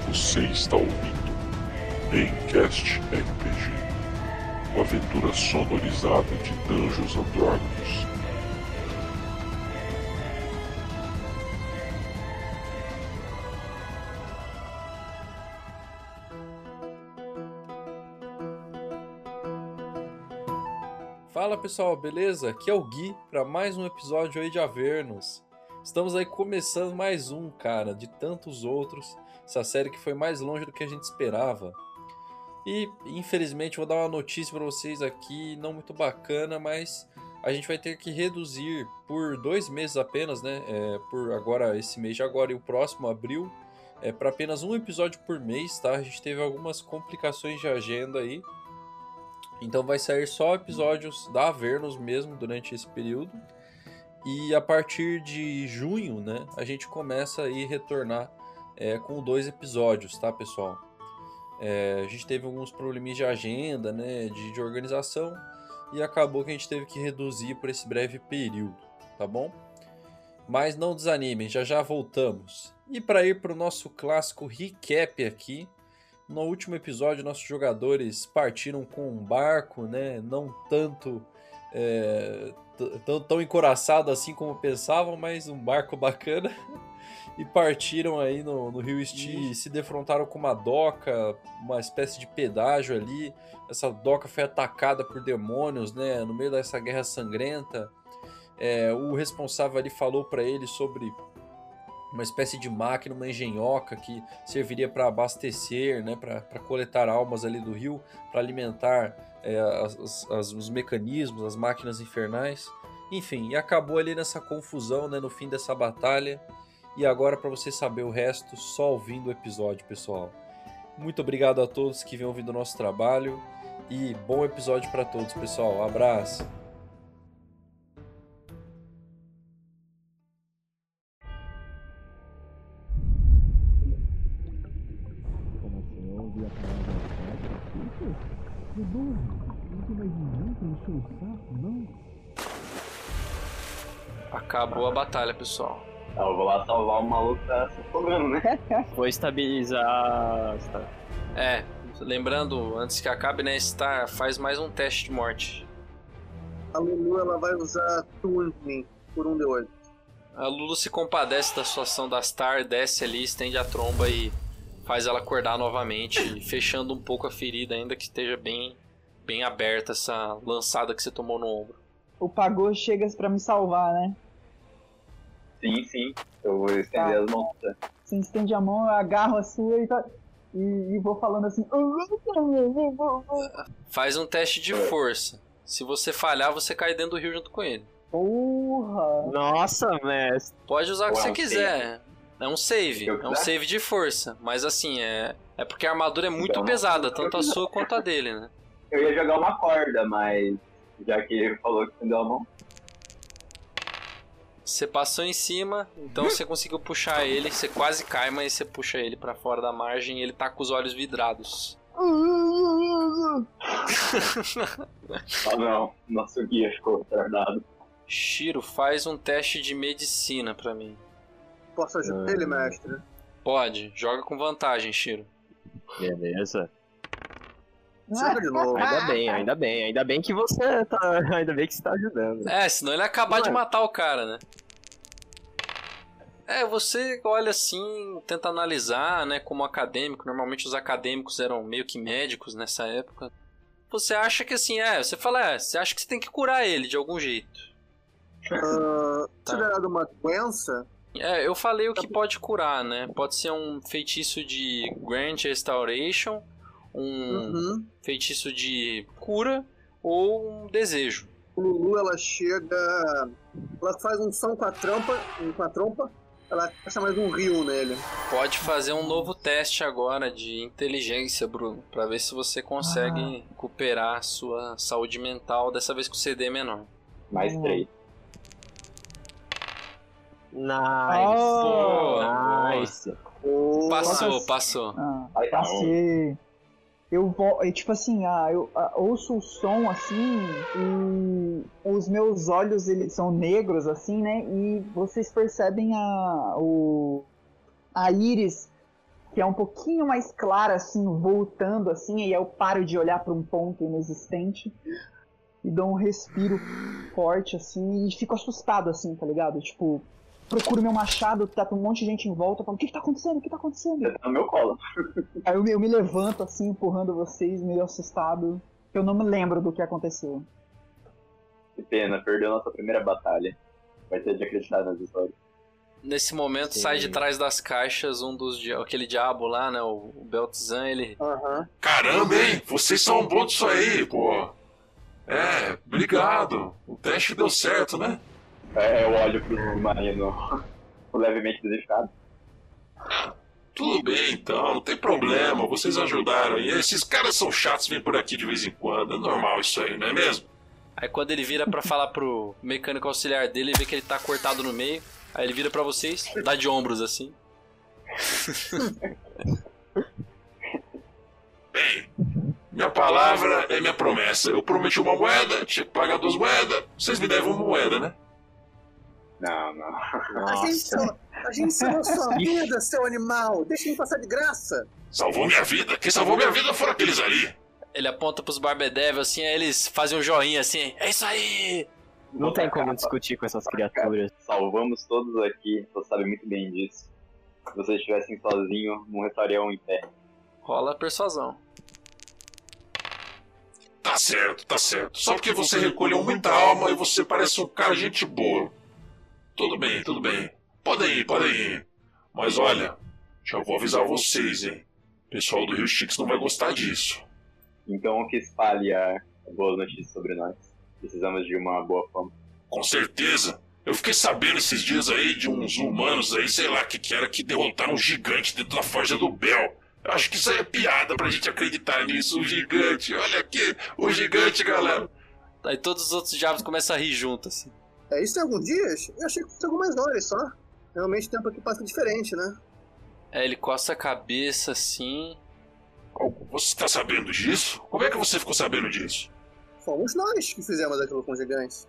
Você está ouvindo Maincast RPG, uma aventura sonorizada de Dungeons & Dragons. Fala pessoal, beleza? Aqui é o Gui para mais um episódio aí de Avernus. Estamos aí começando mais um, cara, de tantos outros. Essa série que foi mais longe do que a gente esperava. E, infelizmente, vou dar uma notícia para vocês aqui, não muito bacana, mas a gente vai ter que reduzir por 2 meses apenas, né? Por agora, esse mês de agora e o próximo, abril, para apenas um episódio por mês, tá? A gente teve algumas complicações de agenda aí. Então vai sair só episódios da Avernus mesmo durante esse período. E a partir de junho, né, a gente começa aí a retornar com 2 episódios, tá, pessoal? A gente teve alguns probleminhas de agenda, né, de organização, e acabou que a gente teve que reduzir por esse breve período, tá bom? Mas não desanimem, já já voltamos. E para ir para o nosso clássico recap aqui, no último episódio nossos jogadores partiram com um barco, né, não tanto... tão encoraçado assim como pensavam, mas um barco bacana. E partiram aí no Rio Esti, se defrontaram com uma doca, uma espécie de pedágio ali. Essa doca foi atacada por demônios, né, no meio dessa guerra sangrenta. O responsável ali falou para eles sobre uma espécie de máquina, uma engenhoca que serviria para abastecer, né, para coletar almas ali do rio, para alimentar os mecanismos, as máquinas infernais. Enfim, e acabou ali nessa confusão, né, no fim dessa batalha. E agora, para você saber o resto, só ouvindo o episódio, pessoal. Muito obrigado a todos que vêm ouvindo o nosso trabalho e bom episódio para todos, pessoal. Um abraço. Acabou a batalha, pessoal. Eu vou lá salvar o maluco que tá se afogando, né? Vou estabilizar. Lembrando, antes que acabe, né, Star faz mais um teste de morte. A Lulu, ela vai usar Turn por 1d8. A Lulu se compadece da situação da Star, desce ali, estende a tromba e faz ela acordar novamente, fechando um pouco a ferida, ainda que esteja bem aberta essa lançada que você tomou no ombro. O Pagô chega pra me salvar, né? Sim. Eu vou estender as mãos. Você estende a mão, eu agarro a sua e vou falando assim... Faz um teste de força. Se você falhar, você cai dentro do rio junto com ele. Porra! Nossa, mestre. Pode usar o que você quiser. Save. É um save. É um save de força. Mas assim, é porque a armadura é muito pesada, tanto a sua quanto a dele, né? Eu ia jogar uma corda, mas já que ele falou que estendeu a mão. Você passou em cima, então você conseguiu puxar ele. Você quase cai, mas você puxa ele pra fora da margem e ele tá com os olhos vidrados. Ah não, nosso guia ficou retardado. Shiro, faz um teste de medicina pra mim. Posso ajudar ele, mestre? Pode, joga com vantagem, Shiro. Beleza. Joga de novo. Ainda bem que você tá. Ainda bem que você tá ajudando. Senão ele ia acabar de matar o cara, né? Você olha assim, tenta analisar, né, como acadêmico. Normalmente os acadêmicos eram meio que médicos nessa época. Você acha que assim, você fala, você acha que você tem que curar ele de algum jeito. Considerado uma doença? Eu falei o que pode curar, né? Pode ser um feitiço de Grant Restoration, um feitiço de cura ou um desejo. Lulu, ela chega... Ela faz um som com a trompa, ela gasta mais um rio nele. Pode fazer um novo teste agora de inteligência, Bruno, pra ver se você consegue recuperar a sua saúde mental, dessa vez com o CD é menor. Mais 3. Nice. Passou. Passei. Eu vou, tipo assim, eu ouço o som assim e os meus olhos eles são negros assim, né? E vocês percebem a íris que é um pouquinho mais clara, assim, voltando, assim, e aí eu paro de olhar para um ponto inexistente e dou um respiro forte, assim, e fico assustado, assim, tá ligado? Tipo, procuro meu machado, tá com um monte de gente em volta, falo, o que tá acontecendo? O que tá acontecendo? Você tá no meu colo. Aí eu me levanto, assim, empurrando vocês, meio assustado. Eu não me lembro do que aconteceu. Que pena, perdeu nossa primeira batalha. Vai ter de acreditar nas histórias. Nesse momento Sim. sai de trás das caixas aquele diabo lá, né? O Beltzan, ele... Aham. Caramba, hein? Vocês são bons disso aí, pô. É, obrigado. O teste deu certo, né? Eu olho pro submarino levemente desificado. Tudo bem, então, não tem problema. Vocês ajudaram. E esses caras são chatos, vêm por aqui de vez em quando. É normal isso aí, não é mesmo? Aí quando ele vira pra falar pro mecânico auxiliar dele, ele vê que ele tá cortado no meio. Aí ele vira pra vocês, dá de ombros assim. Bem, minha palavra é minha promessa. Eu prometi uma moeda, tinha que pagar 2 moedas. Vocês me devem uma moeda, né? Não. A gente salvou sua vida, seu animal. Deixa ele passar de graça. Salvou minha vida. Quem salvou minha vida foram aqueles ali. Ele aponta pros Barbedev assim, aí eles fazem um joinha assim, é isso aí! Não tem como discutir com essas criaturas. Salvamos todos aqui, você sabe muito bem disso. Se vocês estivessem sozinhos, não restariam em pé. Rola a persuasão. Tá certo, tá certo. Só porque você recolheu muita alma e você parece um cara gente boa. Tudo bem, tudo bem. Podem ir. Mas olha, já vou avisar vocês, hein. O pessoal do Rio Chix não vai gostar disso. Então que espalhe a boas notícias sobre nós. Precisamos de uma boa fama. Com certeza. Eu fiquei sabendo esses dias aí de uns humanos aí, sei lá que era, que derrotaram um gigante dentro da forja do Bel. Eu acho que isso aí é piada pra gente acreditar nisso, o gigante. Olha aqui, o gigante, galera. Aí todos os outros diabos começam a rir junto assim. É isso tem alguns dias? Eu achei que fosse algumas horas só. Realmente o tempo aqui passa diferente, né? Aí ele coça a cabeça assim. Você tá sabendo disso? Como é que você ficou sabendo disso? Fomos nós que fizemos aquilo com os gigantes.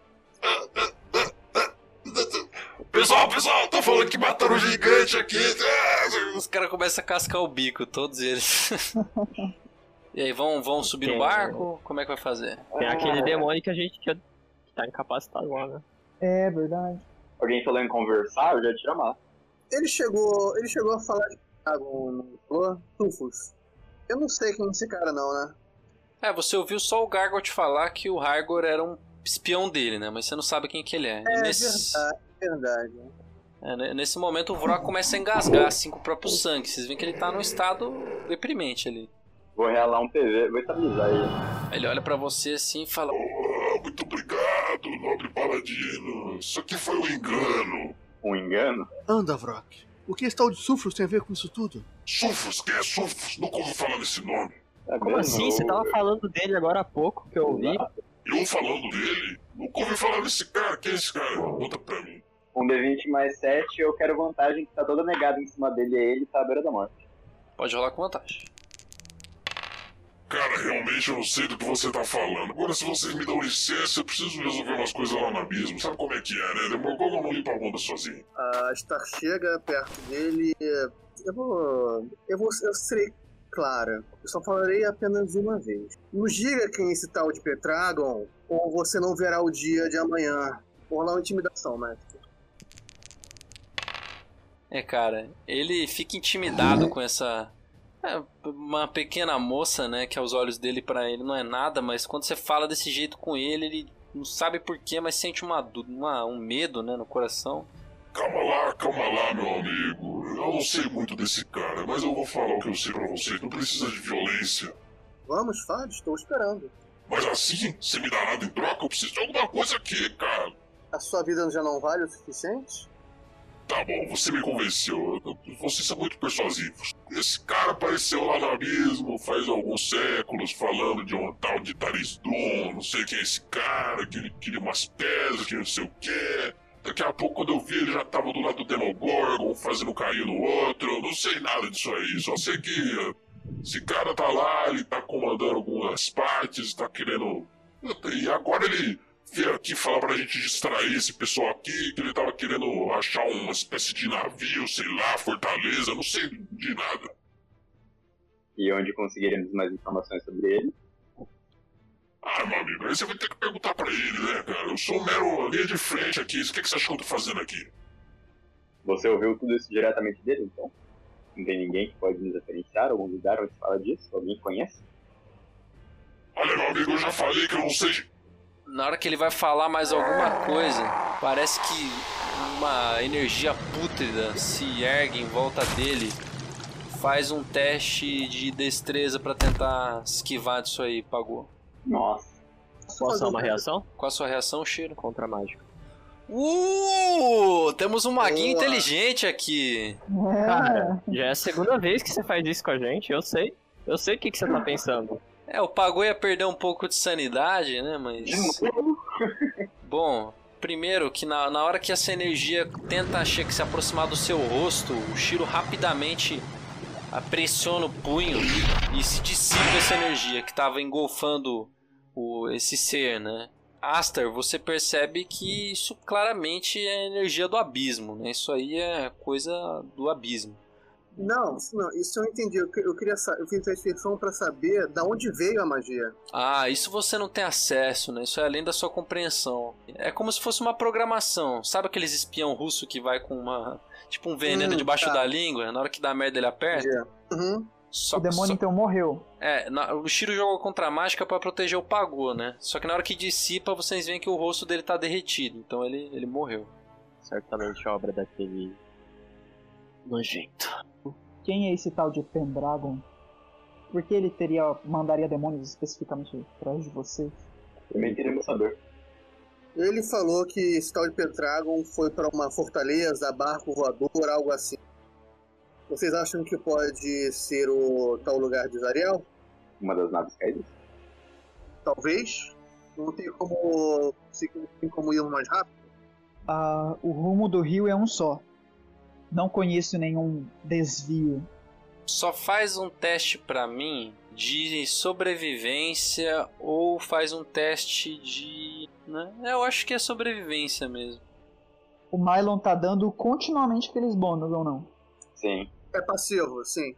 Pessoal, tô falando que mataram um gigante aqui. Os caras começam a cascar o bico, todos eles. E aí, vão subir no barco? Como é que vai fazer? Tem aquele demônio que a gente que tá incapacitado lá, né? É verdade. Alguém falou em conversar, eu já te chamar. Ele chegou a falar de não falou? Tufos. Eu não sei quem é esse cara não, né? Você ouviu só o Gargot falar que o Hargor era um espião dele, né? Mas você não sabe quem que ele é. Verdade. Nesse momento o Vrok começa a engasgar assim com o próprio sangue. Vocês veem que ele tá num estado deprimente ali. Vou realar um PV, vou estabilizar ele. Aí ele olha pra você assim e fala: Muito obrigado, nobre paladino. Isso aqui foi um engano. Um engano? Anda, Vrok. O que esse tal de Sulfurs tem a ver com isso tudo? Sulfurs? Quem é Sulfurs? Nunca ouvi falar desse nome. Como assim? Você tava falando dele agora há pouco, que eu ouvi. Eu falando dele? Nunca ouvi falar desse cara. Quem é esse cara? Conta pra mim. Um D20 mais 7, eu quero vantagem que tá toda negada em cima dele, e ele tá à beira da morte. Pode rolar com vantagem. Cara, realmente eu não sei do que você tá falando. Agora, se vocês me dão licença, eu preciso resolver umas coisas lá no abismo. Sabe como é que é, né? Demorou eu não limpo a bunda sozinho. A Star chega perto dele. Eu serei clara. Eu só falarei apenas uma vez. Nos diga quem é esse tal de Petragon, ou você não verá o dia de amanhã. Vou rolar uma intimidação, mestre. Cara, ele fica intimidado com essa... uma pequena moça, né, que aos olhos dele, pra ele, não é nada, mas quando você fala desse jeito com ele não sabe porquê, mas sente um medo, né, no coração. Calma lá, meu amigo. Eu não sei muito desse cara, mas eu vou falar o que eu sei pra vocês. Não precisa de violência. Vamos, Fad, estou esperando. Mas assim, você me dá nada em troca? Eu preciso de alguma coisa aqui, cara. A sua vida já não vale o suficiente? Tá bom, você me convenceu. Vocês são muito persuasivos. Esse cara apareceu lá no abismo faz alguns séculos, falando de um tal de Tarisdun, não sei quem é esse cara, que ele queria umas pedras, que não sei o quê. Daqui a pouco, quando eu vi, ele já tava do lado do Demogorgon, fazendo cair no outro. Eu não sei nada disso aí, só sei que esse cara tá lá, ele tá comandando algumas partes, tá querendo... E agora ele veio aqui falar pra gente distrair esse pessoal aqui, que ele tava querendo achar uma espécie de navio, sei lá, fortaleza, não sei De nada. E onde conseguiremos mais informações sobre ele? Ah, meu amigo, aí você vai ter que perguntar pra ele, né, cara? Eu sou um mero linha de frente aqui. O que você acha que eu tô fazendo aqui? Você ouviu tudo isso diretamente dele, então? Não tem ninguém que pode nos referenciar? Algum lugar onde se fala disso? Alguém conhece? Olha, meu amigo, eu já falei que eu não sei. Na hora que ele vai falar mais alguma coisa, parece que uma energia pútrida se ergue em volta dele. Faz um teste de destreza pra tentar esquivar disso aí, Pagou. Nossa. Posso dar uma reação? Qual a sua reação, Shiro? Contra a mágica. Temos um maguinho Boa. inteligente aqui. Cara, já é a segunda vez que você faz isso com a gente, eu sei. Eu sei o que você tá pensando. O Pagou ia perder um pouco de sanidade, né, mas... Bom, primeiro que na hora que essa energia tenta se aproximar do seu rosto, o Shiro rapidamente pressiona o punho e se dissipa essa energia que estava engolfando esse ser, né? Astar, você percebe que isso claramente é energia do abismo, né? Isso aí é coisa do abismo. Não, isso eu entendi. Eu queria eu fiz a inspeção pra saber da onde veio a magia. Ah, isso você não tem acesso, né? Isso é além da sua compreensão. É como se fosse uma programação. Sabe aqueles espião russo que vai com tipo um veneno debaixo da língua? Na hora que dá merda ele aperta? Uhum. O demônio então morreu. O Shiro jogou contra a mágica pra proteger o Pagou, né? Só que na hora que dissipa, vocês veem que o rosto dele tá derretido. Então ele morreu. Certamente obra daquele nojento. Quem é esse tal de Pendragon? Por que ele mandaria demônios especificamente atrás de vocês? Também queremos saber. Ele falou que esse tal de Pendragon foi pra uma fortaleza, barco voador, algo assim. Vocês acham que pode ser o tal lugar de Zariel? Uma das naves caídas? Talvez. Não tem como ir mais rápido? O rumo do rio é um só. Não conheço nenhum desvio. Só faz um teste pra mim de sobrevivência ou faz um teste de... né? Eu acho que é sobrevivência mesmo. O Mylon tá dando continuamente aqueles bônus ou não? Sim. É passivo, sim.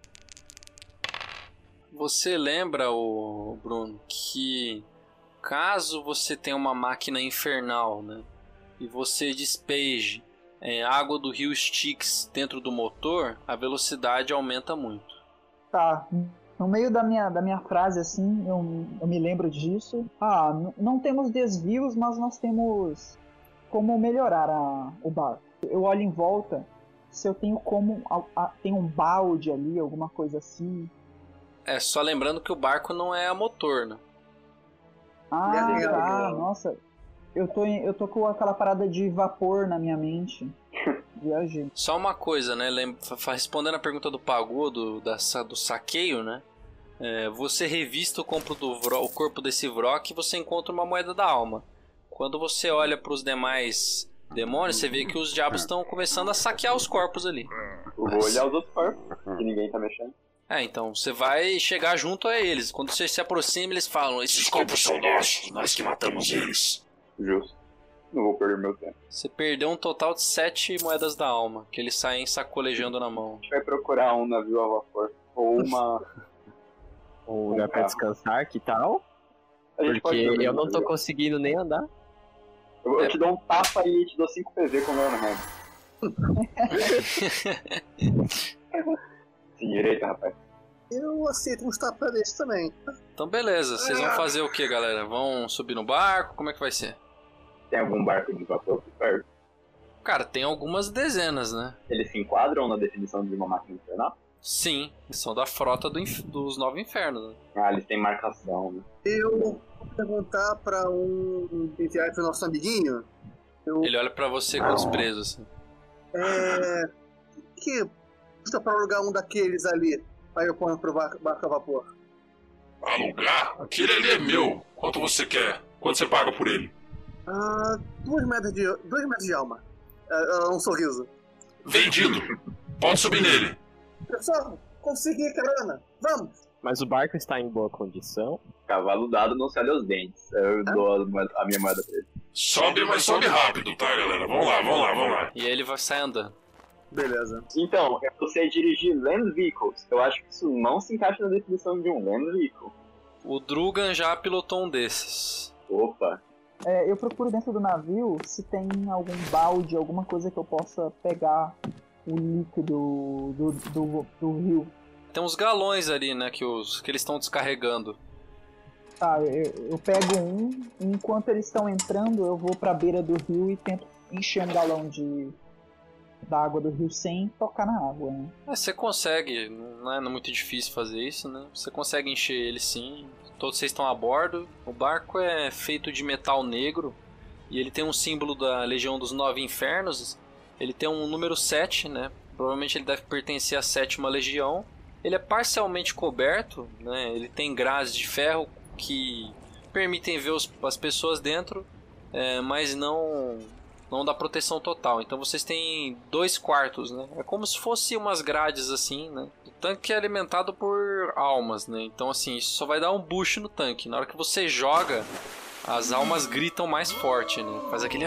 Você lembra, Bruno, que caso você tenha uma máquina infernal, né, e você despeje água do rio Styx dentro do motor, a velocidade aumenta muito. Tá. No meio da minha frase, assim, eu me lembro disso. Não temos desvios, mas nós temos como melhorar o barco. Eu olho em volta, se eu tenho como... tem um balde ali, alguma coisa assim. Só lembrando que o barco não é a motor, né? Tá. Nossa. Eu tô com aquela parada de vapor na minha mente. Viajei. Só uma coisa, né? Respondendo a pergunta do Pagou, do saqueio, né? Você revista o corpo desse Vrock e você encontra uma moeda da alma. Quando você olha para os demais demônios, você vê que os diabos estão começando a saquear os corpos ali. Eu vou olhar os outros corpos, que ninguém tá mexendo. Então você vai chegar junto a eles. Quando você se aproxima, eles falam: Esses corpos são nossos, nós que matamos eles. Justo. Não vou perder meu tempo. Você perdeu um total de 7 moedas da alma, que eles saem sacolejando na mão. A gente vai procurar um navio a vapor. Ou um lugar pra descansar, que tal? A gente pode Porque dormir eu no não tô navio. conseguindo nem andar. Eu te dou um tapa e te dou 5 PV com o meu remédio. Sim, direita, rapaz. Eu aceito uns tapas desse também. Então beleza, vocês vão fazer o que, galera? Vão subir no barco? Como é que vai ser? Tem algum barco de vapor por perto? Cara, tem algumas dezenas, né? Eles se enquadram na definição de uma máquina infernal? Sim, são da frota dos 9 infernos. Né? Eles têm marcação, né? Eu vou perguntar pra um PTI pro nosso amiguinho. Ele olha pra você com desprezo, assim. Que custa pra alugar um daqueles ali? Aí eu ponho pro barco a vapor. Alugar? Aquele ali é meu. Quanto você quer? Quanto você paga por ele? 2 metros de alma. Um sorriso. Vendido. Pode subir nele. Pessoal, consegui, caramba. Vamos. Mas o barco está em boa condição. Cavalo dado não se olha os dentes. Eu dou a minha moeda pra ele. Sobe, mas sobe rápido, tá, galera? Vamos lá. E aí ele vai sair andando. Beleza. Então, eu sei dirigir Land Vehicles. Eu acho que isso não se encaixa na definição de um Land Vehicle. O Drugan já pilotou um desses. Opa. Eu procuro dentro do navio se tem algum balde, alguma coisa que eu possa pegar o líquido do rio. Tem uns galões ali, né, que eles estão descarregando. Tá, eu pego um, e enquanto eles estão entrando, eu vou pra beira do rio e tento encher um galão da água do rio sem tocar na água, né? Você consegue, não é muito difícil fazer isso, né? Você consegue encher ele sim. Todos vocês estão a bordo. O barco é feito de metal negro e ele tem um símbolo da Legião dos Nove Infernos. Ele tem um número 7, né? Provavelmente ele deve pertencer à 7ª Legião. Ele é parcialmente coberto, né? Ele tem grades de ferro que permitem ver as pessoas dentro, mas não dá proteção total. Então vocês têm 2 quartos, né? É como se fosse umas grades assim, né? O tanque é alimentado por almas, né? Então assim, isso só vai dar um boost no tanque. Na hora que você joga, as almas gritam mais forte, né? Faz aquele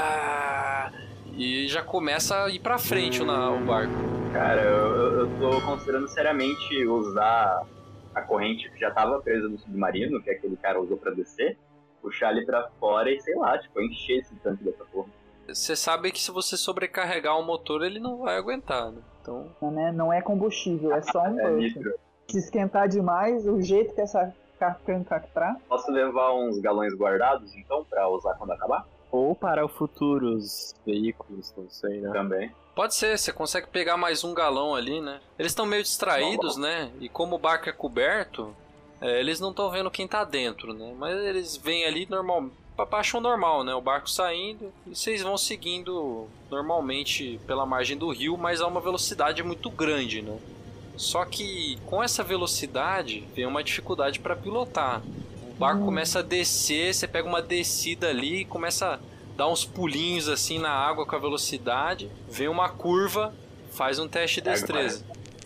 e já começa a ir pra frente o barco. Cara, eu tô considerando seriamente usar a corrente que já tava presa no submarino, que aquele cara usou pra descer, puxar ele pra fora e, sei lá, tipo, encher esse tanque dessa porra. Você sabe que se você sobrecarregar o motor, ele não vai aguentar, né? Então... Não é combustível, é só um nitro. Se esquentar demais, o jeito que essa carcanca. Posso levar uns galões guardados, então, pra usar quando acabar? Ou para futuros veículos, não sei, né? Também. Pode ser, você consegue pegar mais um galão ali, né? Eles estão meio distraídos, né? E como o barco é coberto, eles não estão vendo quem tá dentro, né? Mas eles vêm ali normal, acham normal, né? O barco saindo e vocês vão seguindo normalmente pela margem do rio, mas a uma velocidade muito grande, né? Só que com essa velocidade vem uma dificuldade para pilotar. O barco começa a descer, você pega uma descida ali e começa a dar uns pulinhos assim na água com a velocidade, vem uma curva, faz um teste de destreza.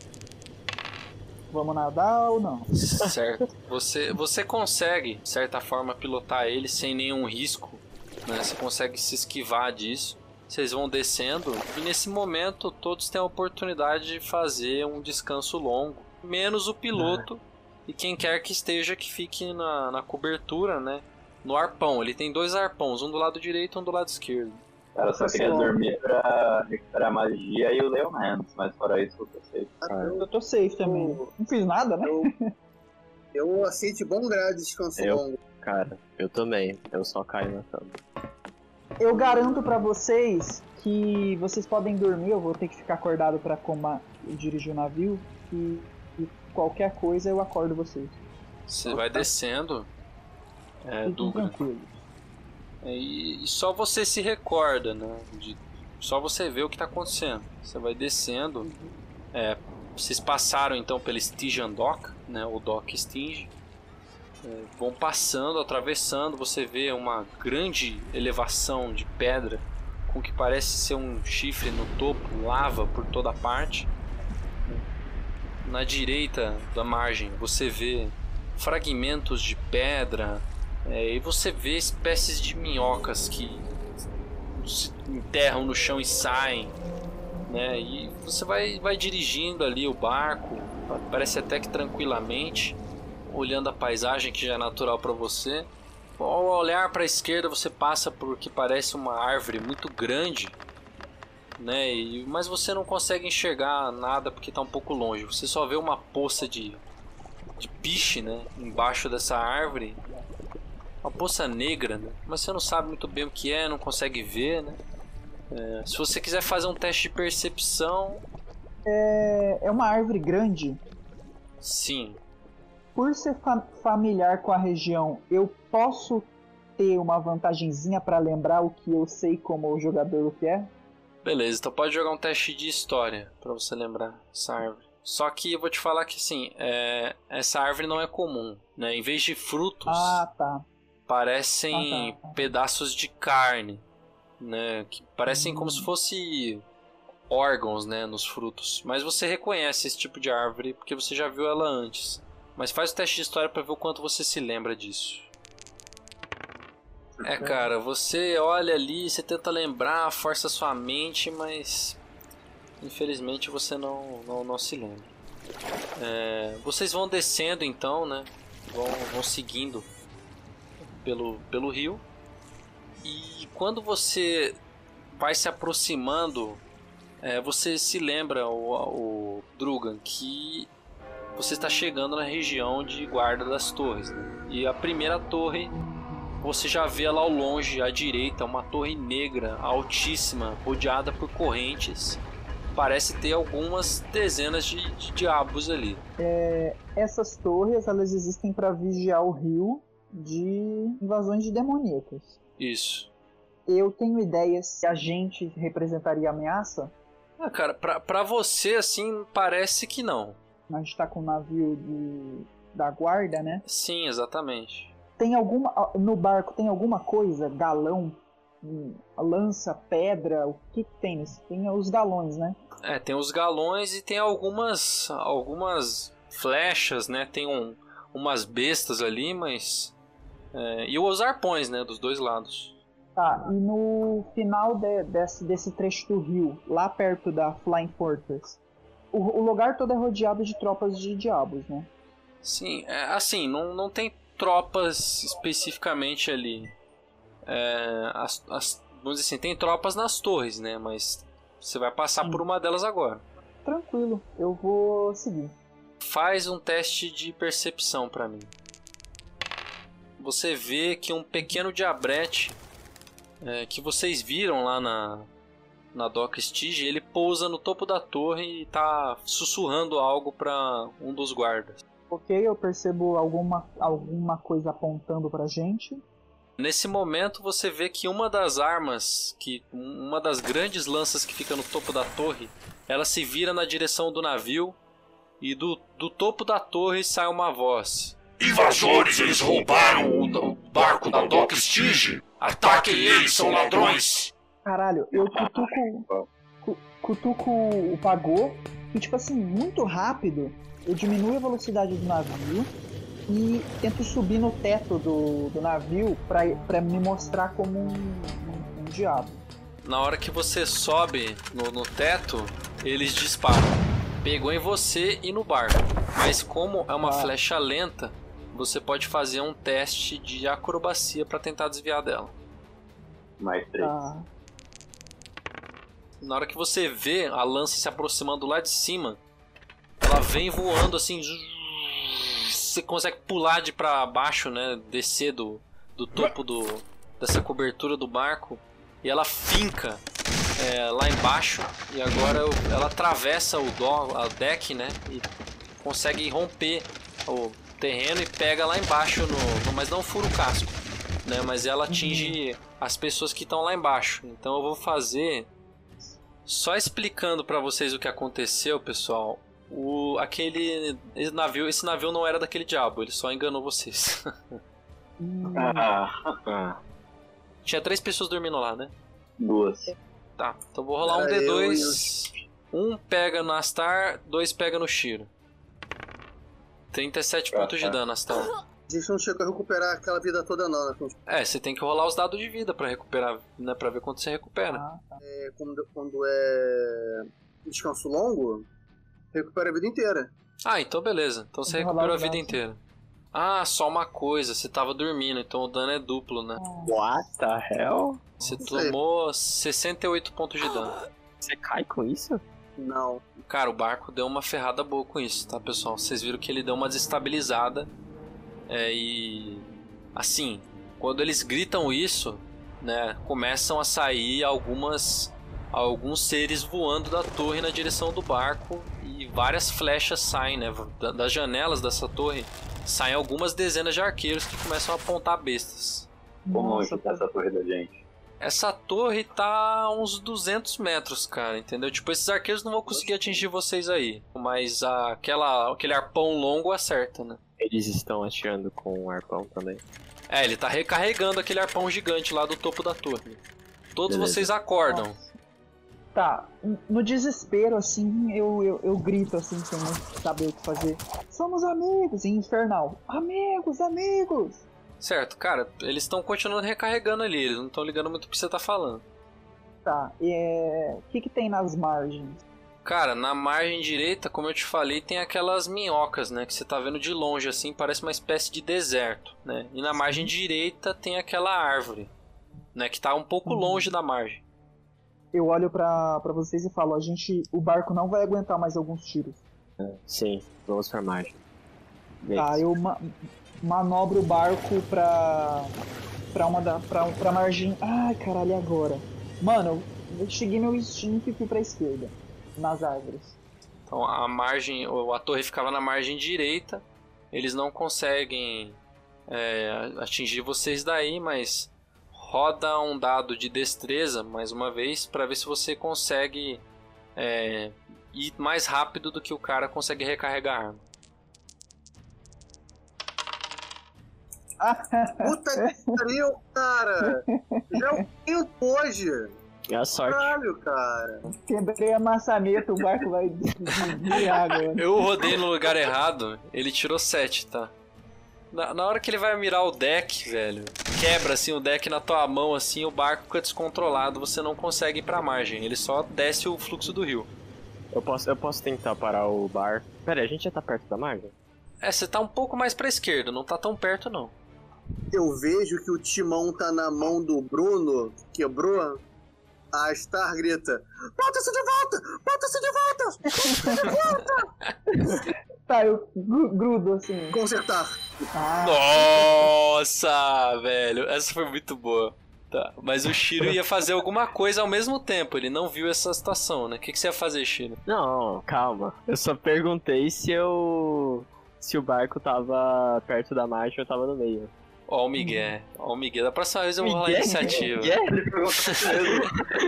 Vamos nadar ou não? Certo. Você consegue, de certa forma, pilotar ele sem nenhum risco, né? Você consegue se esquivar disso. Vocês vão descendo e nesse momento todos têm a oportunidade de fazer um descanso longo, menos o piloto e quem quer que esteja que fique na cobertura, né? No arpão. Ele tem 2 arpões, um do lado direito e um do lado esquerdo. Cara, eu só queria dormir pra recuperar a magia e o Leon Hands, mas fora isso eu tô safe. Eu tô safe também. Não fiz nada, né? Eu aceito bom grado de descanso longo. Cara, eu também. Eu só caio na cama. Eu garanto pra vocês que vocês podem dormir, eu vou ter que ficar acordado pra dirigir o navio e qualquer coisa eu acordo vocês. Você vai descendo, Douglas. Tranquilo. E só você se recorda, né? Só você vê o que está acontecendo. Você vai descendo. Vocês passaram então pela Stygian Dock, né? O Dock Stinge. Vão passando, atravessando. Você vê uma grande elevação de pedra com o que parece ser um chifre no topo, lava por toda parte. Na direita da margem você vê fragmentos de pedra. E você vê espécies de minhocas que se enterram no chão e saem, né? E você vai dirigindo ali o barco, parece até que tranquilamente, olhando a paisagem que já é natural para você. Ao olhar para a esquerda você passa por o que parece uma árvore muito grande, né? Mas você não consegue enxergar nada porque está um pouco longe. Você só vê uma poça de piche, né? Embaixo dessa árvore. Uma poça negra, né? Mas você não sabe muito bem o que é, não consegue ver, né? Se você quiser fazer um teste de percepção... É uma árvore grande? Sim. Por ser familiar com a região, eu posso ter uma vantagenzinha pra lembrar o que eu sei como jogador o que é? Beleza, então pode jogar um teste de história pra você lembrar essa árvore. Só que eu vou te falar que assim, essa árvore não é comum, né? Em vez de frutos... Ah, tá. Parecem pedaços de carne, né? Que parecem como se fosse órgãos, né, nos frutos. Mas você reconhece esse tipo de árvore porque você já viu ela antes. Mas faz o teste de história para ver o quanto você se lembra disso. Cara, você olha ali, você tenta lembrar, força sua mente, mas Infelizmente você não se lembra. Vocês vão descendo então, né? Vão seguindo pelo rio. E quando você vai se aproximando, você se lembra, o Drugan, que você está chegando na região de guarda das torres, né? E a primeira torre, você já vê lá ao longe, à direita, uma torre negra, altíssima, rodeada por correntes. Parece ter algumas dezenas de diabos ali. Essas torres, elas existem para vigiar o rio de invasões de demoníacos. Isso. Eu tenho ideia se a gente representaria ameaça? Cara, pra você, assim, parece que não. A gente tá com o navio da guarda, né? Sim, exatamente. No barco tem alguma coisa? Galão? Lança, pedra? O que tem nisso? Tem os galões, né? Tem os galões e tem algumas flechas, né? Tem umas bestas ali, mas... e os arpões, né? Dos dois lados. Tá, e no final desse trecho do rio, lá perto da Flying Fortress, o lugar todo é rodeado de tropas de diabos, né? Sim, assim, não tem tropas especificamente ali. Vamos dizer assim, tem tropas nas torres, né? Mas você vai passar por uma delas agora. Tranquilo, eu vou seguir. Faz um teste de percepção pra mim. Você vê que um pequeno diabrete que vocês viram lá na Dock Stige, ele pousa no topo da torre e tá sussurrando algo pra um dos guardas. Ok, eu percebo alguma coisa apontando pra gente. Nesse momento você vê que uma das armas, uma das grandes lanças que fica no topo da torre, ela se vira na direção do navio e do topo da torre sai uma voz. Invasores, eles roubaram o barco da Dock Stige! Ataquem eles, são ladrões! Caralho, eu cutuco o pagô e, tipo assim, muito rápido, eu diminuo a velocidade do navio e tento subir no teto do navio pra me mostrar como um diabo. Na hora que você sobe no teto, eles disparam. Pegou em você e no barco. Mas como é uma flecha lenta, você pode fazer um teste de acrobacia pra tentar desviar dela. Mais 3. Na hora que você vê a lança se aproximando lá de cima, ela vem voando assim. Você consegue pular de pra baixo, né? Descer do topo dessa cobertura do barco. E ela finca lá embaixo. E agora ela atravessa a deck, né? E consegue romper o terreno e pega lá embaixo, mas não fura o casco, né? Mas ela atinge as pessoas que estão lá embaixo. Então eu vou fazer... Só explicando pra vocês o que aconteceu, pessoal. Esse navio não era daquele diabo, ele só enganou vocês. Tinha 3 pessoas dormindo lá, né? 2. Tá, então vou rolar um D2. Um pega no Astar, 2 pega no Shiro. 37 pontos de dano, Astar. A gente não chegou a recuperar aquela vida toda não, né? Você tem que rolar os dados de vida pra recuperar, né? Pra ver quanto você recupera. Quando é descanso longo, recupera a vida inteira. Então beleza. Então você recuperou a vida inteira. Só uma coisa, você tava dormindo, então o dano é duplo, né? What the hell? Você tomou 68 pontos de dano. Você cai com isso? Não. Cara, o barco deu uma ferrada boa com isso, tá, pessoal? Vocês viram que ele deu uma desestabilizada. E... assim, quando eles gritam isso, né, começam a sair alguns seres voando da torre na direção do barco. E várias flechas saem, né? Das janelas dessa torre saem algumas dezenas de arqueiros que começam a apontar bestas. Como longe tá essa torre da gente? Essa torre tá a uns 200 metros, cara, entendeu? Tipo, esses arqueiros não vão conseguir atingir vocês aí. Mas aquele arpão longo acerta, né? Eles estão atirando com o arpão também. Ele tá recarregando aquele arpão gigante lá do topo da torre. Todos Beleza. vocês acordam. Nossa. Tá, no desespero, assim, eu grito, assim, sem saber o que fazer. Somos amigos, em infernal. Amigos, amigos! Certo, cara, eles estão continuando recarregando ali, eles não estão ligando muito pro que você tá falando. Tá, o que tem nas margens? Cara, na margem direita, como eu te falei, tem aquelas minhocas, né? Que você tá vendo de longe, assim, parece uma espécie de deserto, né? E na margem direita tem aquela árvore, né? Que tá um pouco longe da margem. Eu olho pra vocês e falo, o barco não vai aguentar mais alguns tiros. Sim, vamos pra margem. Tá, eu manobro o barco pra margem... Ai, caralho, e agora? Mano, eu cheguei meu instinto e fui pra esquerda, nas árvores. Então a torre ficava na margem direita. Eles não conseguem atingir vocês daí, mas roda um dado de destreza, mais uma vez, pra ver se você consegue ir mais rápido do que o cara consegue recarregar a arma. Puta que pariu, cara! Já é o quinto hoje! É a sorte. Caralho, cara! Quebrei a maçaneta, o barco vai virar agora. Eu rodei no lugar errado, ele tirou 7, tá? Na hora que ele vai mirar o deck, velho, quebra assim o deck na tua mão, assim, o barco fica descontrolado, você não consegue ir pra margem, ele só desce o fluxo do rio. Eu posso tentar parar o bar. Pera aí, a gente já tá perto da margem? Você tá um pouco mais pra esquerda, não tá tão perto não. Eu vejo que o timão tá na mão do Bruno, que quebrou. A Star grita: Bota-se de volta! Bota-se de volta! Tá, eu grudo assim. Consertar. Nossa, velho, essa foi muito boa. Tá, mas o Shiro ia fazer alguma coisa ao mesmo tempo, ele não viu essa situação, né? O que você ia fazer, Shiro? Não, calma. Eu só perguntei se o barco tava perto da margem ou eu tava no meio. Ó o Miguel, da próxima vez eu vou rolar a iniciativa. Ele perguntou isso mesmo.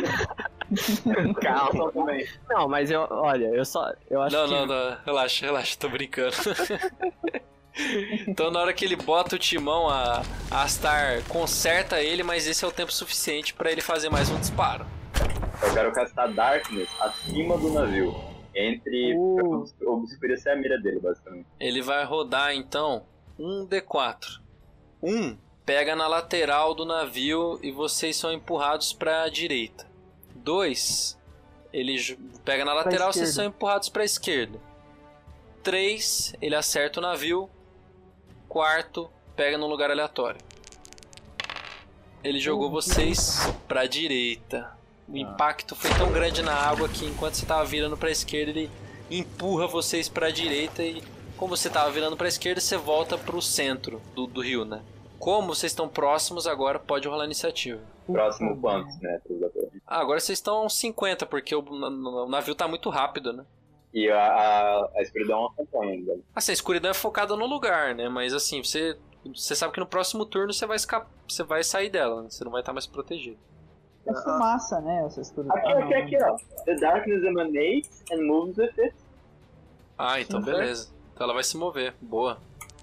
Calma também. Não, mas eu acho que... Não, relaxa, tô brincando. Então na hora que ele bota o timão, a Astar conserta ele, mas esse é o tempo suficiente pra ele fazer mais um disparo. Eu quero castar Darkness acima do navio. Pra obscurecer a mira dele, basicamente. Ele vai rodar então um D4. 1 pega na lateral do navio e vocês são empurrados pra direita. 2, ele pega na lateral e vocês são empurrados pra esquerda. 3, ele acerta o navio. 4, pega num lugar aleatório. Ele jogou vocês pra direita. O impacto foi tão grande na água que enquanto você tava virando pra esquerda, ele empurra vocês pra direita e como você tava virando pra esquerda, você volta pro centro do rio, né? Como vocês estão próximos, agora pode rolar a iniciativa. Próximo quantos metros da torre? Agora vocês estão a uns 50, porque o navio tá muito rápido, né? E a escuridão acompanha ainda. Assim, a escuridão é focada no lugar, né? Mas assim, você sabe que no próximo turno você vai sair dela, né? Você não vai estar mais protegido. É fumaça, né? Essa escuridão. Aqui, ó. The darkness emanates and moves with it. Ah, então beleza. Então ela vai se mover. Boa.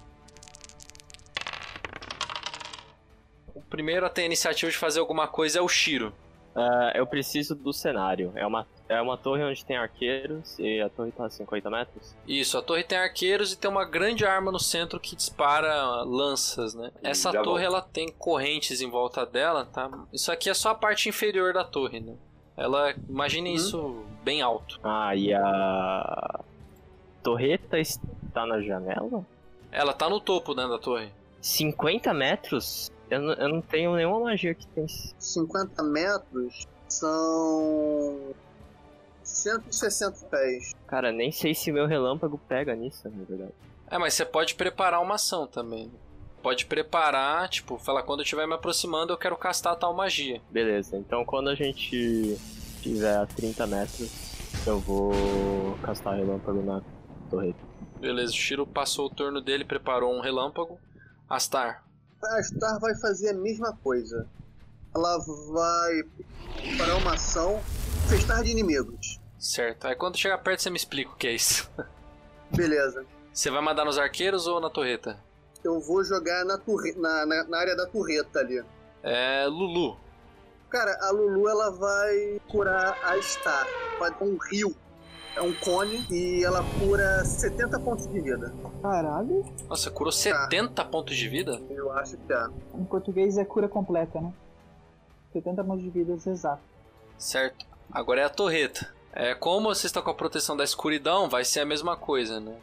O primeiro a ter a iniciativa de fazer alguma coisa é o Shiro. Eu preciso do cenário. É uma torre onde tem arqueiros e a torre tá a 50 metros? Isso, a torre tem arqueiros e tem uma grande arma no centro que dispara lanças, né? Essa torre ela tem correntes em volta dela, tá? Isso aqui é só a parte inferior da torre, né? Imagine isso bem alto. E a torreta está na janela? Ela tá no topo, né, da torre. 50 metros? Eu não tenho nenhuma magia que tem. 50 metros são 160 pés. Cara, nem sei se meu relâmpago pega nisso, na verdade. Mas você pode preparar uma ação também. Pode preparar, tipo, falar, quando eu estiver me aproximando eu quero castar tal magia. Beleza, então quando a gente estiver a 30 metros, eu vou castar relâmpago na torreta. Beleza, o Shiro passou o turno dele, preparou um relâmpago. Astar. A Star vai fazer a mesma coisa. Ela vai preparar uma ação, festar de inimigos. Certo, aí quando chegar perto você me explica o que é isso. Beleza. Você vai mandar nos arqueiros ou na torreta? Eu vou jogar na área da torreta ali. Lulu. Cara, a Lulu ela vai curar a Star. Vai dar um rio. É um cone e ela cura 70 pontos de vida. Caralho. Nossa, curou 70 pontos de vida? Eu acho que é. Em português é cura completa, né? 70 pontos de vida exato. Certo. Agora é a torreta. Como vocês estão com a proteção da escuridão, vai ser a mesma coisa, né?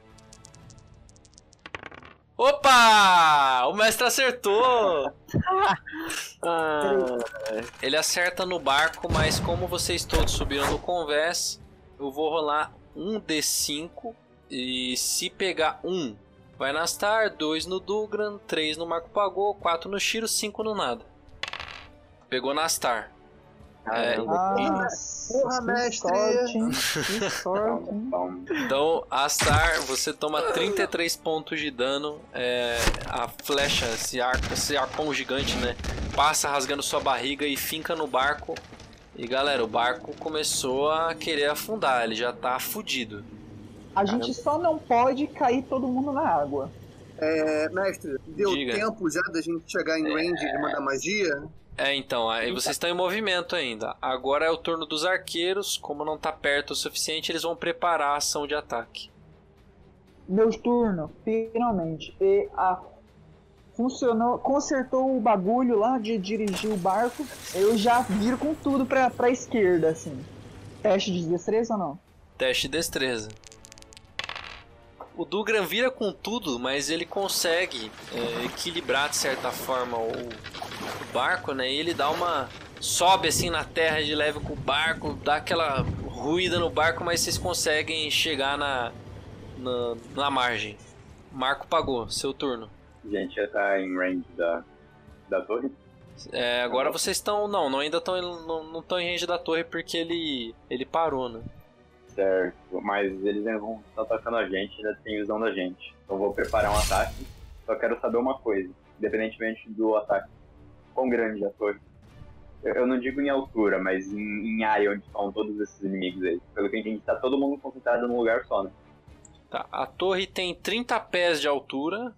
Opa! O mestre acertou! Ele acerta no barco, mas como vocês todos subiram no convés, eu vou rolar um D5 e se pegar 1, vai na Star, 2 no Dugran, 3 no Marco Pagou, 4 no Shiro, 5 no nada. Pegou na Star. Porra, mestre! Que sorte, hein? Então, a Star, você toma 33 pontos de dano. A flecha, esse arpão gigante, né? Passa rasgando sua barriga e finca no barco. E galera, o barco começou a querer afundar, ele já tá fudido. A gente só não pode cair todo mundo na água. Mestre, deu tempo já da gente chegar em range de mandar magia? Então, aí vocês estão em movimento ainda. Agora é o turno dos arqueiros. Como não tá perto o suficiente, eles vão preparar a ação de ataque. Meu turno, finalmente. Funcionou, consertou o bagulho lá de dirigir o barco. Eu já viro com tudo pra esquerda, assim. Teste de destreza ou não? Teste de destreza. O Dugran vira com tudo, mas ele consegue equilibrar de certa forma o barco, né? E ele dá sobe assim na terra de leve com o barco, dá aquela ruída no barco, mas vocês conseguem chegar na margem. Marco Pagou, seu turno. Gente, já tá em range da torre? Agora vocês estão... Não, ainda estão não estão em range da torre porque ele parou, né? Certo, mas eles ainda vão estar atacando a gente, ainda tem visão da gente. Então vou preparar um ataque. Só quero saber uma coisa, independentemente do ataque. Quão grande a torre? Eu não digo em altura, mas em área onde estão todos esses inimigos aí. Pelo que a gente tá todo mundo concentrado num lugar só, né? Tá, a torre tem 30 pés de altura,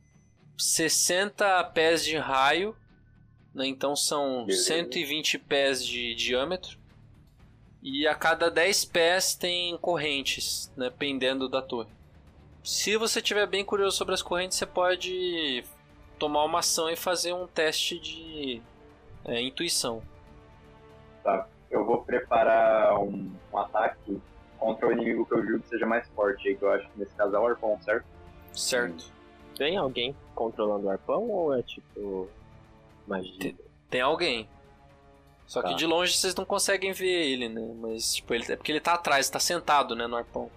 60 pés de raio, né? Então são 120 pés de diâmetro. E a cada 10 pés tem correntes, né, pendendo da torre. Se você estiver bem curioso sobre as correntes, você pode tomar uma ação e fazer um teste de intuição. Tá, eu vou preparar um ataque contra o inimigo que eu julgo que seja mais forte, que eu acho que nesse caso é o arpão, certo? Certo. Tem alguém controlando o arpão ou é tipo magia? Tem alguém. Só que de longe vocês não conseguem ver ele, né? Mas tipo, é porque ele tá atrás, tá sentado, né, no arpão.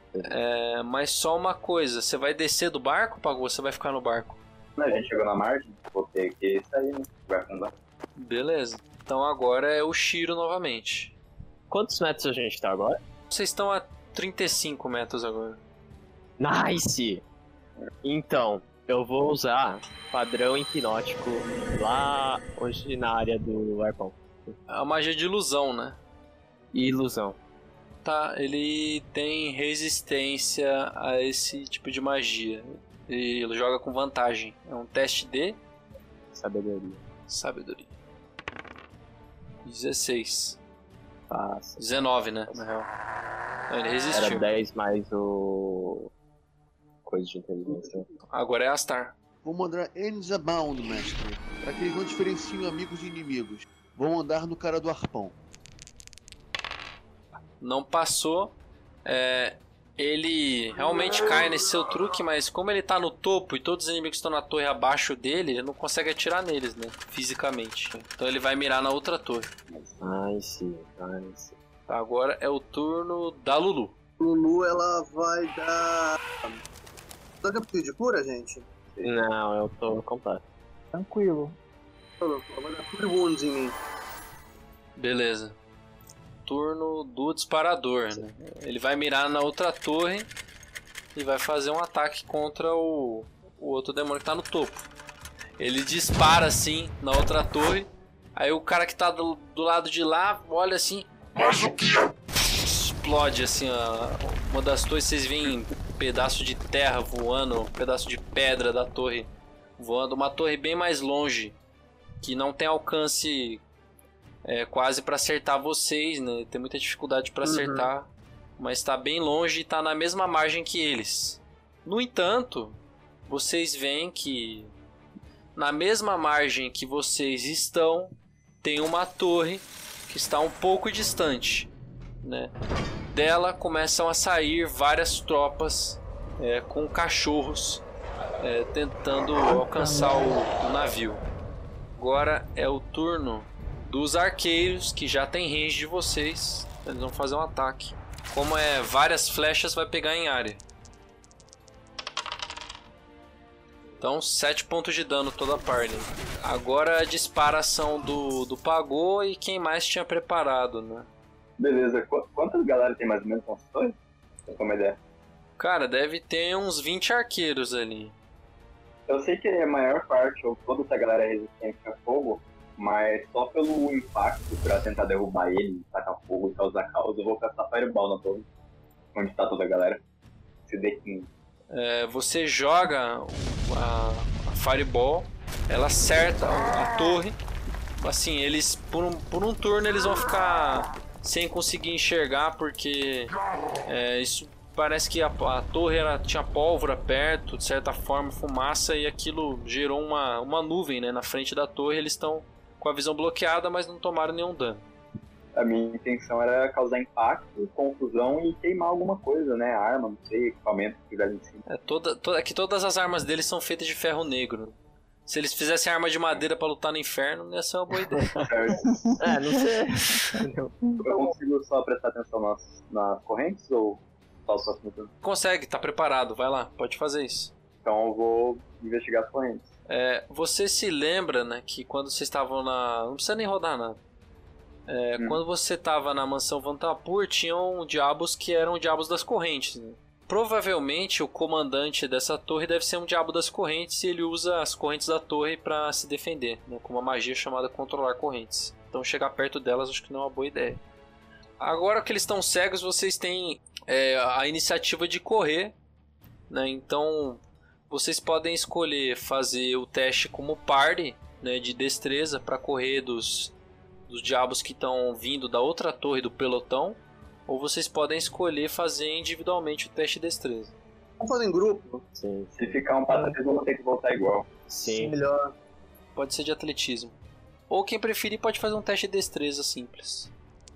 Mas só uma coisa, você vai descer do barco, Pagou, ou você vai ficar no barco? A gente chegou na margem, vou ter que sair, né? Vai afundar. Beleza. Então agora é o Shiro novamente. Quantos metros a gente tá agora? Vocês estão a 35 metros agora. Nice! Então, eu vou usar padrão hipnótico lá hoje na área do arpão. A magia de ilusão, né? Ilusão. Tá, ele tem resistência a esse tipo de magia. E ele joga com vantagem. É um teste de... Sabedoria. 16. Passa. 19, né? Na real. Não, ele resistiu. Era 10 mais o... coisa de inteligência. Agora é Astar. Vou mandar Enes Abound, mestre, para que eles não diferenciem amigos e inimigos. Vão andar no cara do arpão. Não passou. Ele realmente cai nesse seu truque, mas como ele tá no topo e todos os inimigos estão na torre abaixo dele, ele não consegue atirar neles, né? Fisicamente. Então ele vai mirar na outra torre. Nice. Agora é o turno da Lulu. Lulu, ela vai dar... Dá tempo de cura, gente? Não, eu tô completo. Tranquilo. Ela vai dar Cure Wounds em mim. Beleza. Turno do disparador, né? Ele vai mirar na outra torre e vai fazer um ataque contra o outro demônio que tá no topo. Ele dispara assim na outra torre. Aí o cara que tá do lado de lá olha assim. Mas o que é? Explode assim uma das torres. Vocês veem um pedaço de terra voando, um pedaço de pedra da torre voando. Uma torre bem mais longe, que não tem alcance quase para acertar vocês, né? Tem muita dificuldade para acertar, mas está bem longe e está na mesma margem que eles. No entanto, vocês veem que na mesma margem que vocês estão, tem uma torre que está um pouco distante, né? dela começam a sair várias tropas com cachorros tentando alcançar o navio. Agora é o turno dos arqueiros, que já tem range de vocês. Eles vão fazer um ataque. Como é várias flechas, vai pegar em área. Então 7 pontos de dano toda a parte. Agora a disparação do Pagô e quem mais tinha preparado, né? Beleza, quantas galera tem mais ou menos nas torres? Pra ter uma ideia. Cara, deve ter uns 20 arqueiros ali. Eu sei que a maior parte, ou toda essa galera é resistente a fogo, mas só pelo impacto pra tentar derrubar ele, tacar fogo e causar caos, eu vou caçar Fireball na torre. Onde tá toda a galera. CD15. Você joga a Fireball, ela acerta a torre. Assim, eles por um turno eles vão ficar sem conseguir enxergar, porque isso parece que a torre tinha pólvora perto, de certa forma, fumaça, e aquilo gerou uma nuvem, né, na frente da torre. Eles estão com a visão bloqueada, mas não tomaram nenhum dano. A minha intenção era causar impacto, confusão e queimar alguma coisa, né? Arma, não sei, equipamento que tivesse em cima. É que todas as armas deles são feitas de ferro negro. Se eles fizessem arma de madeira pra lutar no inferno, não ia ser uma boa ideia. Não sei. Eu consigo só prestar atenção nas correntes ou só no turno? Consegue, tá preparado, vai lá, pode fazer isso. Então eu vou investigar as correntes. Você se lembra, né, que quando vocês estavam não precisa nem rodar nada. Quando você estava na mansão Vantapur, tinham diabos que eram diabos das correntes, né? Provavelmente o comandante dessa torre deve ser um diabo das correntes, e ele usa as correntes da torre para se defender, né, com uma magia chamada controlar correntes. Então chegar perto delas acho que não é uma boa ideia. Agora que eles estão cegos, vocês têm a iniciativa de correr, né? Então vocês podem escolher fazer o teste como party, né, de destreza, para correr dos diabos que estão vindo da outra torre do pelotão, ou vocês podem escolher fazer individualmente o teste de destreza. Vamos fazer em grupo? Sim. Se ficar um passo atrás, eu vou ter que voltar igual. Sim. Melhor. Pode ser de atletismo. Ou quem preferir pode fazer um teste de destreza simples.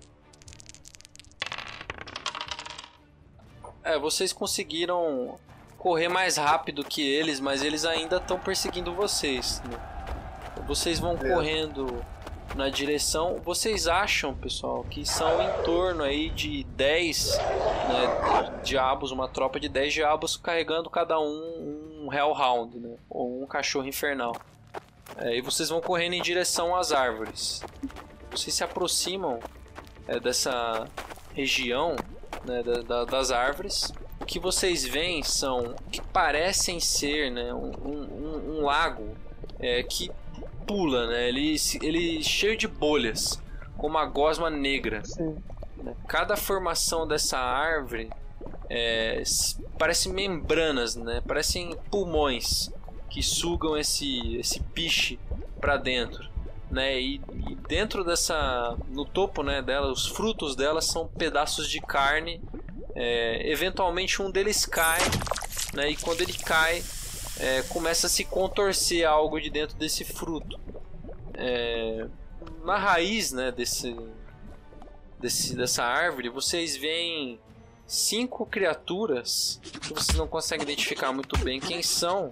Vocês conseguiram correr mais rápido que eles, mas eles ainda estão perseguindo vocês, né? Vocês vão correndo na direção. Vocês acham, pessoal, que são em torno aí de 10, né, diabos, uma tropa de 10 diabos carregando cada um Hellhound, né, ou um cachorro infernal. E vocês vão correndo em direção às árvores. Vocês se aproximam dessa região, né, das árvores. O que vocês veem são que parecem ser, né, um lago que pula, né? Ele cheio de bolhas, com uma gosma negra. Sim. Cada formação dessa árvore parece membranas, né? Parecem pulmões que sugam esse piche para dentro, né? E dentro no topo, né, dela, os frutos dela são pedaços de carne. Eventualmente um deles cai, né? E quando ele cai, começa a se contorcer algo de dentro desse fruto. Na raiz, né, dessa árvore, vocês veem 5 criaturas que vocês não conseguem identificar muito bem quem são,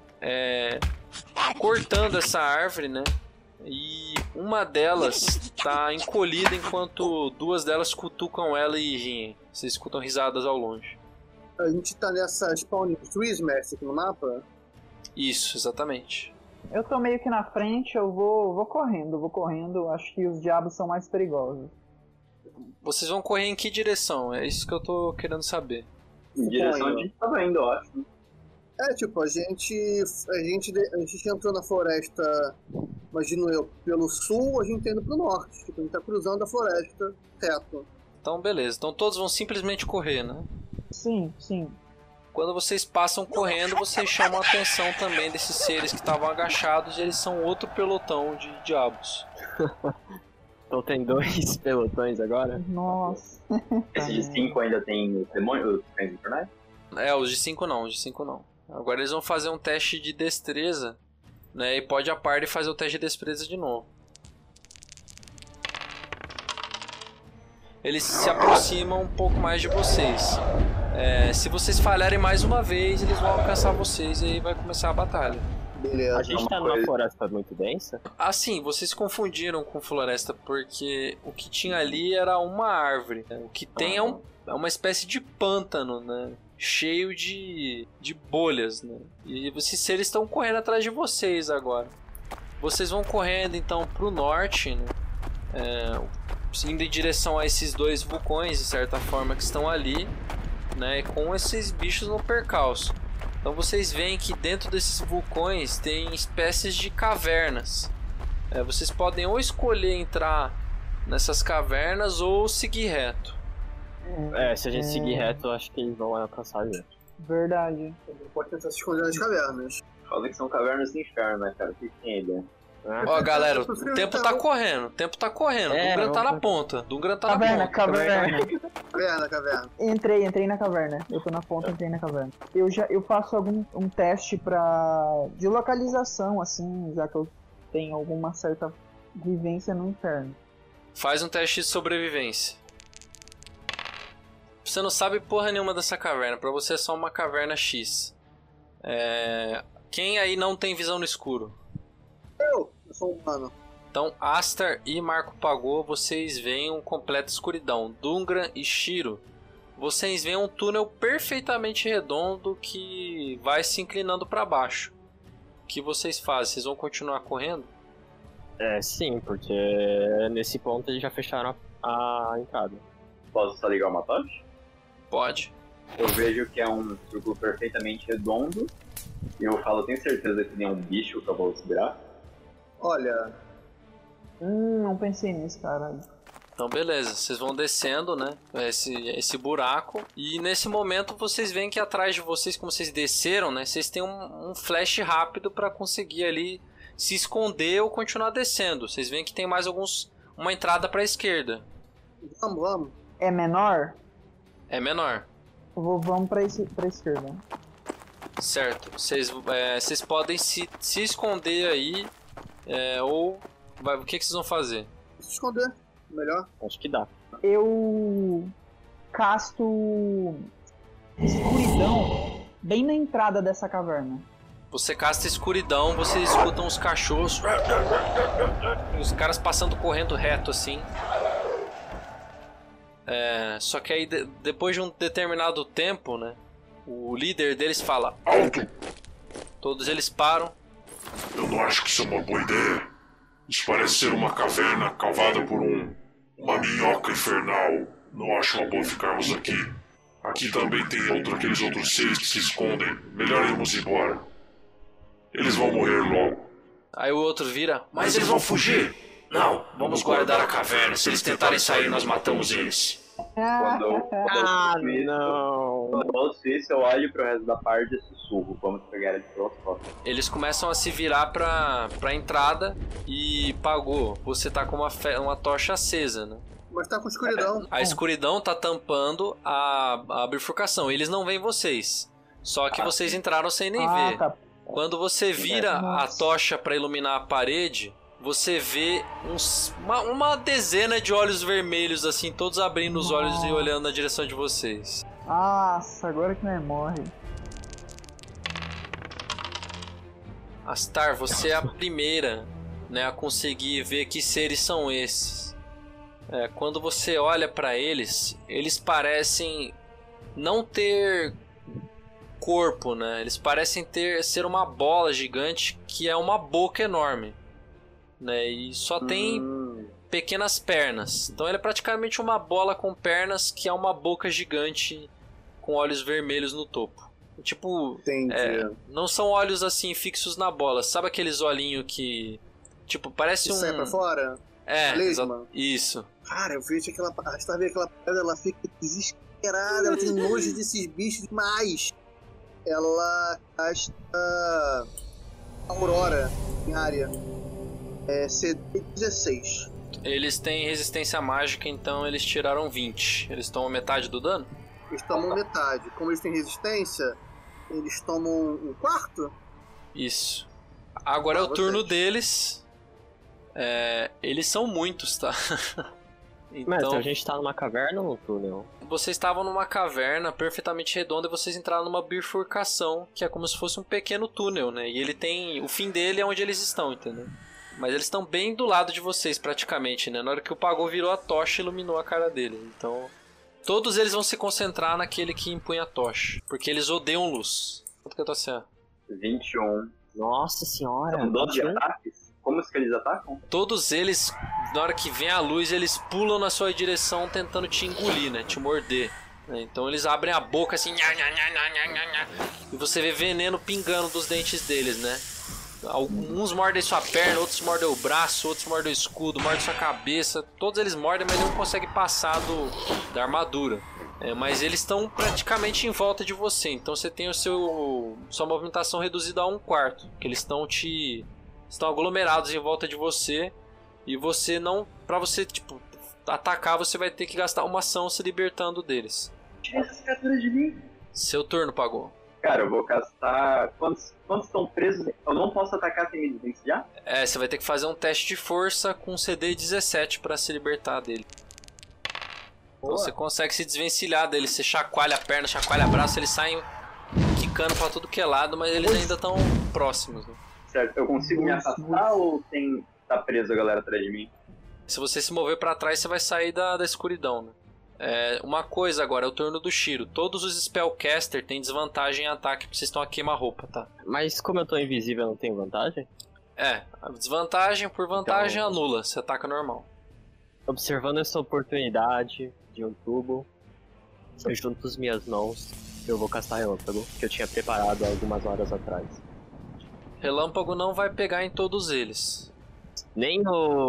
cortando essa árvore, né? E uma delas está encolhida enquanto 2 delas cutucam ela e riem. Vocês escutam risadas ao longe. A gente tá nessa Spawn Trees, mestre, aqui no mapa? Isso, exatamente. Eu tô meio que na frente, eu vou correndo. Acho que os diabos são mais perigosos. Vocês vão correr em que direção? É isso que eu tô querendo saber. Em direção onde a gente tava indo, eu acho. Tipo, a gente entrou na floresta, imagino eu, pelo sul, a gente tá indo pro norte. Tipo, a gente tá cruzando a floresta, teto. Então, beleza. Então todos vão simplesmente correr, né? Sim. Quando vocês passam correndo, vocês chamam a atenção também desses seres que estavam agachados, e eles são outro pelotão de diabos. Então tem 2 pelotões agora? Nossa. Esse de 5 ainda tem os demônios, os cães infernais? Os de 5 não. Agora eles vão fazer um teste de destreza, né? E pode a party fazer o teste de destreza de novo. eles se aproximam um pouco mais de vocês. Se vocês falharem mais uma vez, eles vão alcançar vocês e aí vai começar a batalha. Beleza. A gente tá numa floresta muito densa? Assim, vocês confundiram com floresta porque o que tinha ali era uma árvore. O que tem é uma espécie de pântano, né? Cheio de bolhas, né? E esses seres estão correndo atrás de vocês agora. Vocês vão correndo então pro norte, né? Indo em direção a esses dois vulcões, de certa forma, que estão ali, né? Com esses bichos no percalço. Então vocês veem que dentro desses vulcões tem espécies de cavernas. Vocês podem ou escolher entrar nessas cavernas ou seguir reto. Se a gente seguir reto, eu acho que eles vão alcançar a gente. Verdade. Pode tentar se esconder nas cavernas. Fala que são cavernas do inferno, né, cara? O que tem aí dentro? Ó, galera, o tempo tá correndo. O tempo tá correndo. Dungram tá na ponta. Dungram tá na ponta. Caverna. Entrei na caverna. Eu tô na ponta, entrei na caverna. Eu faço um teste de localização, assim, já que eu tenho alguma certa vivência no inferno. Faz um teste de sobrevivência. Você não sabe porra nenhuma dessa caverna. Pra você é só uma caverna X. Quem aí não tem visão no escuro? Eu sou humano. Então, Astar e Marco Pagô, vocês veem uma completa escuridão. Dungram e Shiro, vocês veem um túnel perfeitamente redondo que vai se inclinando para baixo. O que vocês fazem? Vocês vão continuar correndo? Sim, porque nesse ponto eles já fecharam a entrada. Posso só ligar uma tocha? Pode. Eu vejo que é um círculo perfeitamente redondo. E eu falo, tenho certeza que tem um bicho que eu vou segurar? Olha... não pensei nisso, caralho. Então beleza, vocês vão descendo, né, esse buraco. E nesse momento vocês veem que atrás de vocês, como vocês desceram, né, vocês têm um flash rápido para conseguir ali se esconder ou continuar descendo. Vocês veem que tem mais uma entrada para a esquerda. Vamos. É menor? É menor. Vamos pra esquerda. Certo, vocês podem se esconder aí, ou o que vocês vão fazer? Se esconder, melhor. Acho que dá. Eu casto escuridão bem na entrada dessa caverna. Você casta escuridão, você escuta uns cachorros, os caras passando correndo reto assim. Só que aí depois de um determinado tempo, né, o líder deles fala: Alto! Todos eles param. Eu não acho que isso é uma boa ideia. Isso parece ser uma caverna cavada por uma minhoca infernal. Não acho uma boa ficarmos aqui. Aqui também tem aqueles outros seres que se escondem. Melhor irmos embora. Eles vão morrer logo. Aí o outro vira: Mas eles vão fugir! Não, vamos guardar a caverna. Se eles tentarem sair, nós matamos eles. Quando eu ouço isso, eu olho pro resto da parte e sussurro. Vamos pegar eles pelas costas. Eles começam a se virar pra entrada e Pagô, você tá com uma tocha acesa, né? Mas tá com escuridão. A escuridão tá tampando a bifurcação. Eles não veem vocês. Só que vocês entraram sem nem ver. Tá. Quando você vira a tocha pra iluminar a parede, você vê uma dezena de olhos vermelhos, assim, todos abrindo os olhos e olhando na direção de vocês. Nossa, agora que nós morre. Astar, você é a primeira, né, a conseguir ver que seres são esses. Quando você olha pra eles, eles parecem não ter corpo, né? Eles parecem ser uma bola gigante que é uma boca enorme, né? E só tem pequenas pernas. Então ele é praticamente uma bola com pernas que é uma boca gigante com olhos vermelhos no topo. Tipo, não são olhos assim fixos na bola. Sabe aqueles olhinhos que tipo parece sai pra fora? Isso. Cara, eu vejo aquela pedra, ela fica desesperada, ela tem nojo desses bichos demais. Ela casta Aurora em área. CD 16. Eles têm resistência mágica, então eles tiraram 20. Eles tomam metade do dano? Eles tomam metade. Como eles têm resistência, eles tomam um quarto? Isso. Agora é o turno deles. Eles são muitos, tá? Mas Então, a gente tá numa caverna ou num túnel? vocês estavam numa caverna perfeitamente redonda e vocês entraram numa bifurcação, que é como se fosse um pequeno túnel, né? E ele tem... O fim dele é onde eles estão, entendeu? Mas eles estão bem do lado de vocês, praticamente, né? Na hora que o Pagou virou a tocha, iluminou a cara dele. Então, todos eles vão se concentrar naquele que impunha a tocha. Porque eles odeiam luz. Quanto que eu tô assim? 21. Nossa senhora. São 12 21? ataques? Como que eles atacam? Todos eles, na hora que vem a luz, eles pulam na sua direção tentando te engolir, né? Te morder. Né? Então eles abrem a boca assim... Nha, nha, nha, nha, nha, nha, e você vê veneno pingando dos dentes deles, né? Alguns mordem sua perna, outros mordem o braço, outros mordem o escudo, mordem sua cabeça. Todos eles mordem, mas nenhum consegue passar da armadura. Mas eles estão praticamente em volta de você. Então você tem sua movimentação reduzida a 1/4. Que eles estão aglomerados em volta de você. E você não... Pra você, tipo, atacar, você vai ter que gastar uma ação se libertando deles. Tira essas criaturas de mim. Seu turno, Pagou. Cara, eu vou castar... Quantos estão presos? Eu não posso atacar sem me desvencilhar? Você vai ter que fazer um teste de força com CD 17 pra se libertar dele. Então você consegue se desvencilhar dele. Você chacoalha a perna, chacoalha o braço, eles saem quicando pra tudo que é lado, mas eles ainda estão próximos, né? Certo, eu consigo me afastar ou tá preso a galera atrás de mim? Se você se mover pra trás, você vai sair da escuridão, né? Uma coisa agora, é o turno do Shiro. Todos os Spellcaster têm desvantagem em ataque porque vocês estão a queima-roupa, tá? Mas como eu tô invisível, eu não tenho vantagem? A desvantagem por vantagem anula, você ataca normal. Observando essa oportunidade de um tubo, eu junto as minhas mãos, eu vou castar relâmpago, que eu tinha preparado algumas horas atrás. Relâmpago não vai pegar em todos eles. Nem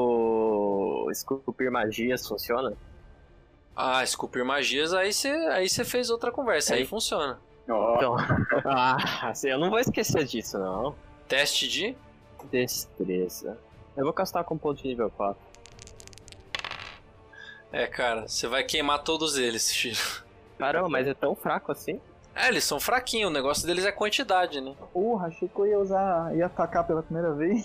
o esculpir magias funciona? Esculpir magias, aí você fez outra conversa, aí funciona. Então, eu não vou esquecer disso, não. Teste de destreza. Eu vou castar com ponto de nível 4. Cara, você vai queimar todos eles, Shiro. Caramba, mas é tão fraco assim? Eles são fraquinhos, o negócio deles é quantidade, né? Porra, achei que eu ia atacar pela primeira vez.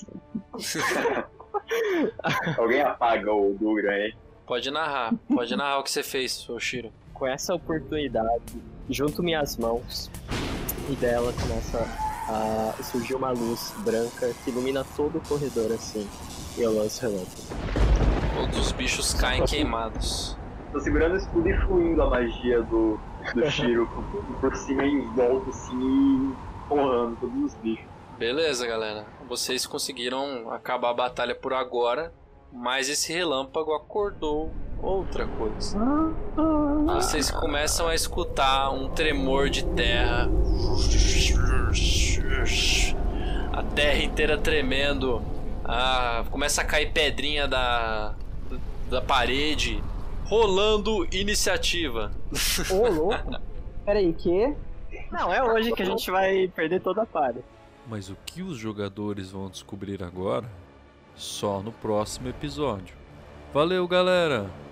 Alguém apaga o Dura aí. Pode narrar o que você fez, ô Shiro. Com essa oportunidade, junto minhas mãos e dela começa a surgir uma luz branca que ilumina todo o corredor assim. E eu lanço relâmpago. Todos os bichos caem queimados. Tô segurando o escudo e fluindo a magia do Shiro por cima e em volta assim e porrando todos os bichos. Beleza, galera. Vocês conseguiram acabar a batalha por agora, mas esse relâmpago acordou outra coisa. Vocês começam a escutar um tremor de terra. A terra inteira tremendo. Começa a cair pedrinha da parede. Rolando iniciativa. Ô, louco. Peraí, que? Não, é hoje que a gente vai perder toda a palha. Mas o que os jogadores vão descobrir agora? Só no próximo episódio. Valeu, galera!